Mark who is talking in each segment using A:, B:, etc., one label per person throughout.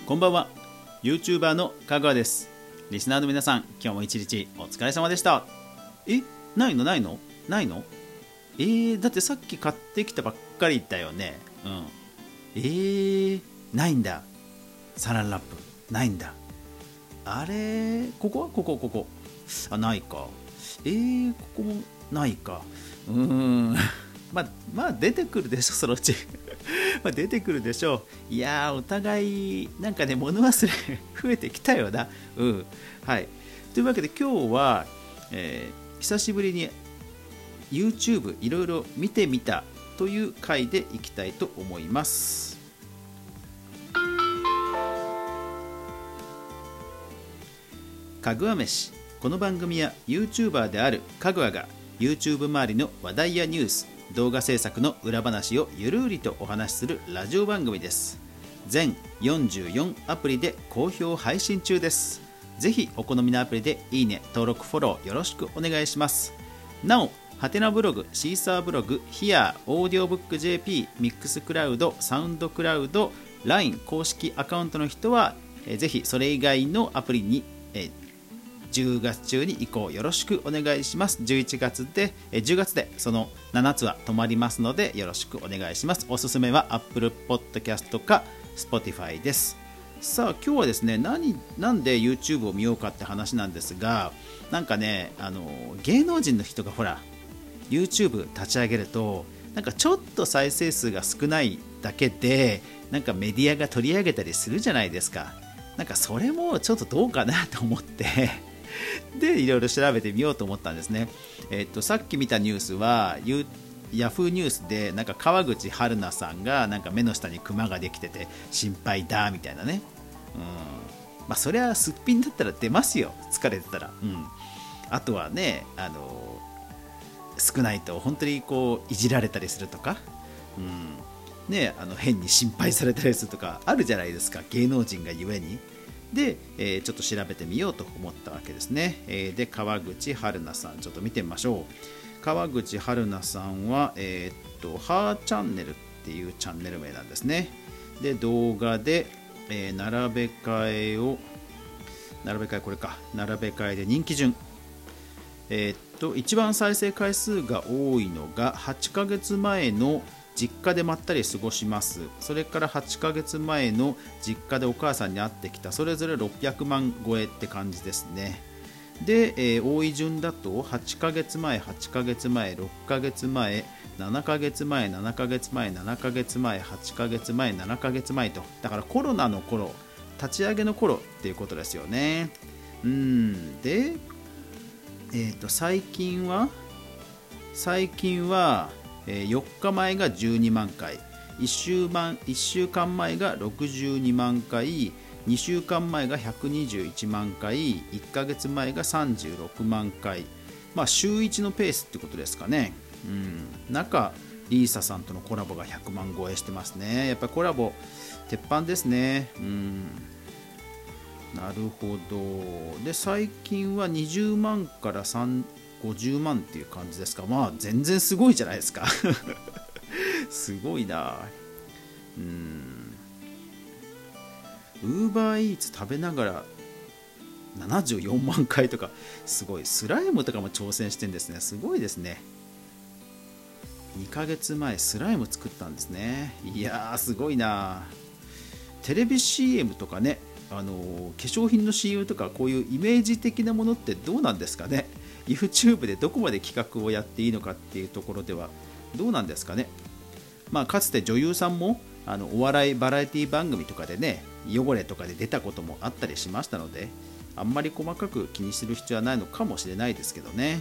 A: こんばんは。 YouTuber のかぐわです。リスナーの皆さん、今日も一日お疲れ様でした。ないのだってさっき買ってきたばっかりだよね。ないんだ。サランラップないんだ。あれ、ここないか。ここもないか。まあ出てくるでしょ、そのうち出てくるでしょう。いやー、お互いなんかね、物忘れ増えてきたよな。はい。というわけで今日は、久しぶりに YouTube いろいろ見てみたという回でいきたいと思います。かぐわ飯。この番組は YouTuber であるかぐわが YouTube 周りの話題やニュース、動画制作の裏話をゆるりとお話しするラジオ番組です。全44アプリで好評配信中です。ぜひお好みのアプリでいいね、登録、フォローよろしくお願いします。なお、ハテナブログ、シーサーブログ、ヒアー、オーディオブック JP、ミックスクラウド、サウンドクラウド、LINE 公式アカウントの人はぜひそれ以外のアプリに10月中に移行よろしくお願いします。10月でその7つは止まりますのでよろしくお願いします。おすすめは Apple Podcast か Spotify です。さあ今日はですね、なんで YouTube を見ようかって話なんですが、なんかね、芸能人の人がほら YouTube 立ち上げるとなんかちょっと再生数が少ないだけでなんかメディアが取り上げたりするじゃないですか。なんかそれもちょっとどうかなと思ってでいろいろ調べてみようと思ったんですね。さっき見たニュースはヤフーニュースでなんか川口春奈さんがなんか目の下にクマができてて心配だみたいなね。それはすっぴんだったら出ますよ、疲れてたら。あとはね、少ないと本当にこういじられたりするとか、変に心配されたりするとかあるじゃないですか、芸能人がゆえに。で、ちょっと調べてみようと思ったわけですね。で、川口春奈さん、ちょっと見てみましょう。川口春奈さんは、ハーチャンネルっていうチャンネル名なんですね。で、動画で、並べ替えで人気順。一番再生回数が多いのが8ヶ月前の実家でまったり過ごします。それから8ヶ月前の実家でお母さんに会ってきた。それぞれ600万超えって感じですね。で、多い順だと8ヶ月前、8ヶ月前、6ヶ月前、7ヶ月前、7ヶ月前、7ヶ月前、8ヶ月前、7ヶ月前と、だからコロナの頃、立ち上げの頃っていうことですよね。で、最近は4日前が12万回、1週間前が62万回、2週間前が121万回、1ヶ月前が36万回、週1のペースってことですかね。中リーサさんとのコラボが100万超えしてますね。やっぱりコラボ鉄板ですね。なるほど。で、最近は20万から50万っていう感じですか。全然すごいじゃないですかすごいな。Uber Eats 食べながら74万回とか、すごい。スライムとかも挑戦してんですね。すごいですね。2ヶ月前スライム作ったんですね。いやー、すごいな。テレビ CM とかね、化粧品の CM とか、こういうイメージ的なものってどうなんですかね。 YouTube でどこまで企画をやっていいのかっていうところではどうなんですかね。かつて女優さんもお笑いバラエティ番組とかでね、汚れとかで出たこともあったりしましたので、あんまり細かく気にする必要はないのかもしれないですけどね。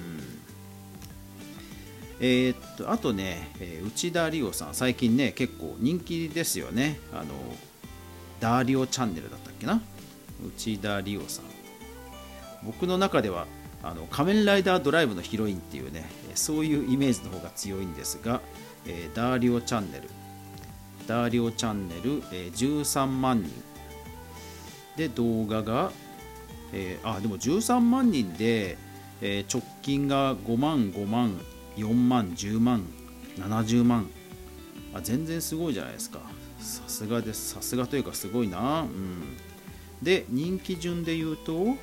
A: あとね、内田理央さん、最近ね結構人気ですよね。ダーリオチャンネルだったっけな。内田理央さん、僕の中では仮面ライダードライブのヒロインっていうね、そういうイメージの方が強いんですが、ダーリオチャンネル、13万人で、動画が、でも13万人で、直近が5万、4万、10万、70万、全然すごいじゃないですか。 さすがです。さすがというかすごいな。で人気順で言うと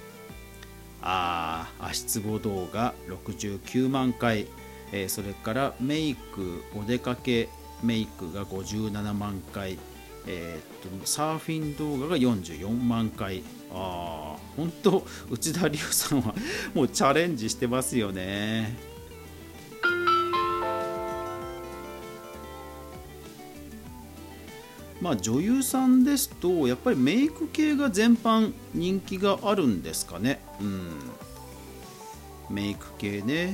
A: 足つぼ動画69万回、それからメイクお出かけメイクが57万回、サーフィン動画が44万回。本当内田理央さんはもうチャレンジしてますよね。女優さんですとやっぱりメイク系が全般人気があるんですかね。メイク系ね。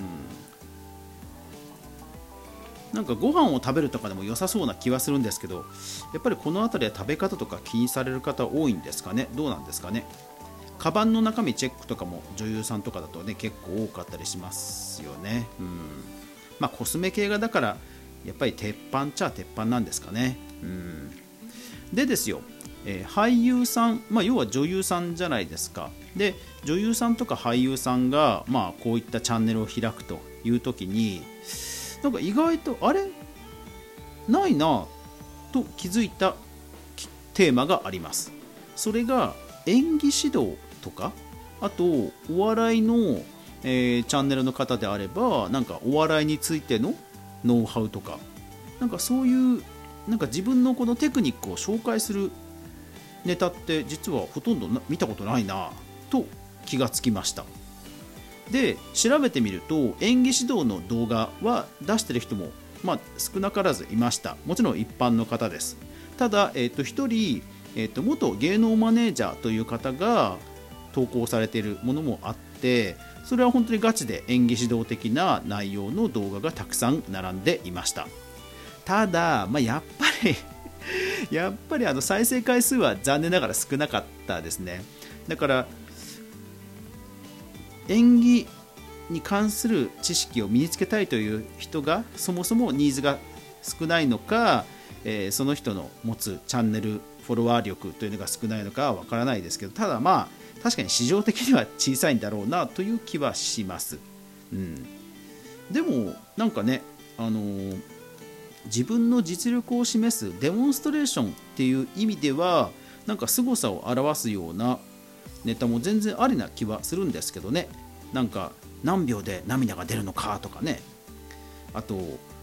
A: なんかご飯を食べるとかでも良さそうな気はするんですけど、やっぱりこの辺りは食べ方とか気にされる方多いんですかね。どうなんですかね。カバンの中身チェックとかも女優さんとかだとね結構多かったりしますよね。コスメ系がだからやっぱり鉄板っちゃ鉄板なんですかね。でですよ、俳優さん、要は女優さんじゃないですか。で女優さんとか俳優さんが、こういったチャンネルを開くという時になんか意外とあれないなと気づいたテーマがあります。それが演技指導とか、あとお笑いの、チャンネルの方であればなんかお笑いについてのノウハウとか、なんかそういうなんか自分のこのテクニックを紹介するネタって実はほとんど見たことないなと気がつきました。で調べてみると演技指導の動画は出してる人も少なからずいました。もちろん一般の方です。ただ、一人、元芸能マネージャーという方が投稿されているものもあって、それは本当にガチで演技指導的な内容の動画がたくさん並んでいました。ただ、やっぱり再生回数は残念ながら少なかったですね。だから演技に関する知識を身につけたいという人がそもそもニーズが少ないのか、その人の持つチャンネルフォロワー力というのが少ないのかはわからないですけど、ただ確かに市場的には小さいんだろうなという気はします。でもなんかね、自分の実力を示すデモンストレーションっていう意味ではなんか凄さを表すようなネタも全然ありな気はするんですけどね。なんか何秒で涙が出るのかとかね、あと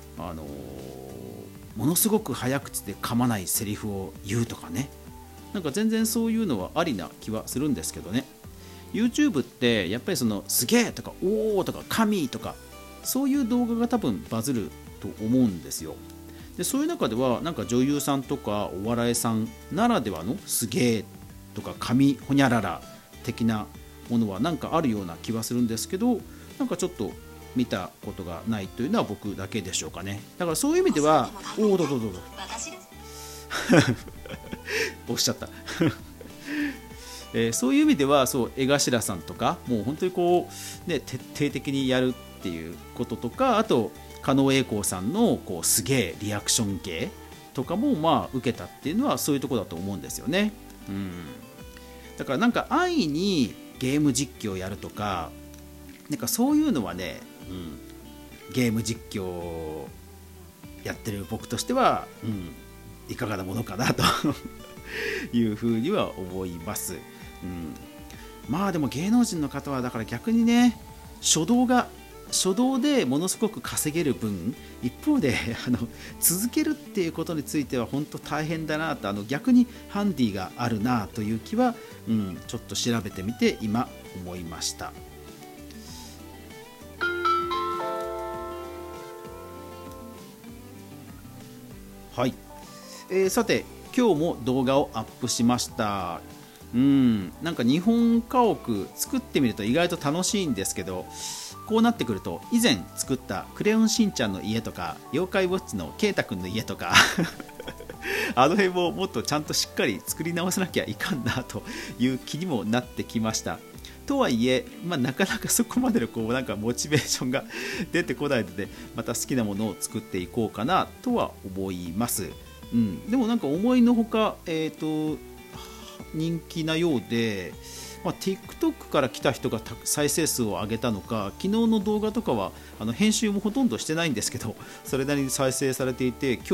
A: ものすごく早口で噛まないセリフを言うとかね、なんか全然そういうのはありな気はするんですけどね。 YouTube ってやっぱりそのすげえとかおーとか神とかそういう動画が多分バズると思うんですよ。でそういう中ではなんか女優さんとかお笑いさんならではのすげえとか神ほにゃらら的なものはなんかあるような気はするんですけど、なんかちょっと見たことがないというのは僕だけでしょうかね。だからそういう意味ではどうぞおっしゃったそういう意味では江頭さんとかもう本当にこう、ね、徹底的にやるっていうこととか、あと狩野英孝さんのこうすげえリアクション系とかも受けたっていうのはそういうところだと思うんですよね。だからなんか安易にゲーム実況をやるとか、なんかそういうのはね、ゲーム実況やってる僕としては、いかがなものかなというふうには思います。でも芸能人の方はだから逆にね、初動でものすごく稼げる分、一方で続けるっていうことについては本当大変だなと、逆にハンディがあるなという気は、ちょっと調べてみて今思いました。はい、さて今日も動画をアップしました。なんか日本家屋作ってみると意外と楽しいんですけど、こうなってくると以前作ったクレヨンしんちゃんの家とか妖怪ウォッチのケイタくんの家とかあの辺ももっとちゃんとしっかり作り直さなきゃいかんなという気にもなってきました。とはいえ、なかなかそこまでのなんかモチベーションが出てこないので、また好きなものを作っていこうかなとは思います。でもなんか思いのほか、人気なようで、TikTok から来た人が再生数を上げたのか、昨日の動画とかは編集もほとんどしてないんですけど、それなりに再生されていて、今日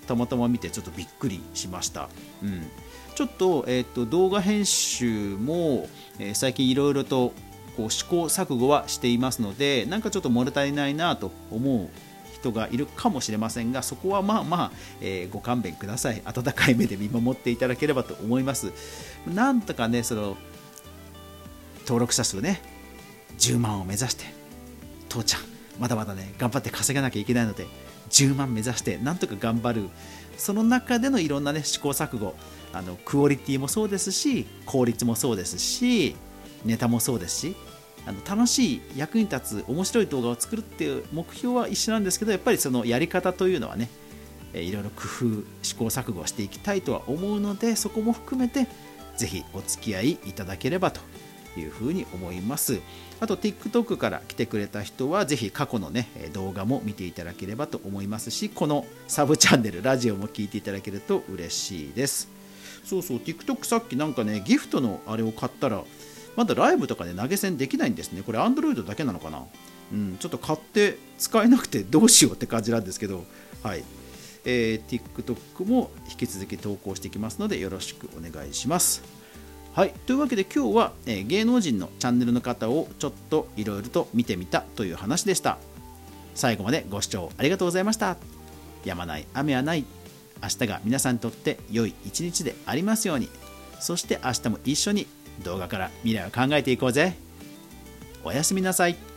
A: たまたま見てちょっとびっくりしました。ちょっと、動画編集も、最近いろいろとこう試行錯誤はしていますので、なんかちょっと物足りないなと思う人がいるかもしれませんが、そこはまあ、ご勘弁ください。温かい目で見守っていただければと思います。なんとかね、その登録者数ね10万を目指して、父ちゃんまだまだね頑張って稼がなきゃいけないので10万目指してなんとか頑張る。その中でのいろんなね試行錯誤、クオリティもそうですし、効率もそうですし、ネタもそうですし、楽しい役に立つ面白い動画を作るっていう目標は一緒なんですけど、やっぱりそのやり方というのはね、いろいろ工夫試行錯誤していきたいとは思うので、そこも含めてぜひお付き合いいただければというふうに思います。あと TikTok から来てくれた人はぜひ過去のね動画も見ていただければと思いますし、このサブチャンネルラジオも聞いていただけると嬉しいです。そうそう、 TikTok さっきなんかねギフトのあれを買ったらまだライブとかで投げ銭できないんですね。これ Android だけなのかな。ちょっと買って使えなくてどうしようって感じなんですけど、はい、TikTok も引き続き投稿していきますのでよろしくお願いします。はい、というわけで今日は、芸能人のチャンネルの方をちょっといろいろと見てみたという話でした。最後までご視聴ありがとうございました。やまない雨はない。明日が皆さんにとって良い一日でありますように。そして明日も一緒に動画から未来を考えていこうぜ。おやすみなさい。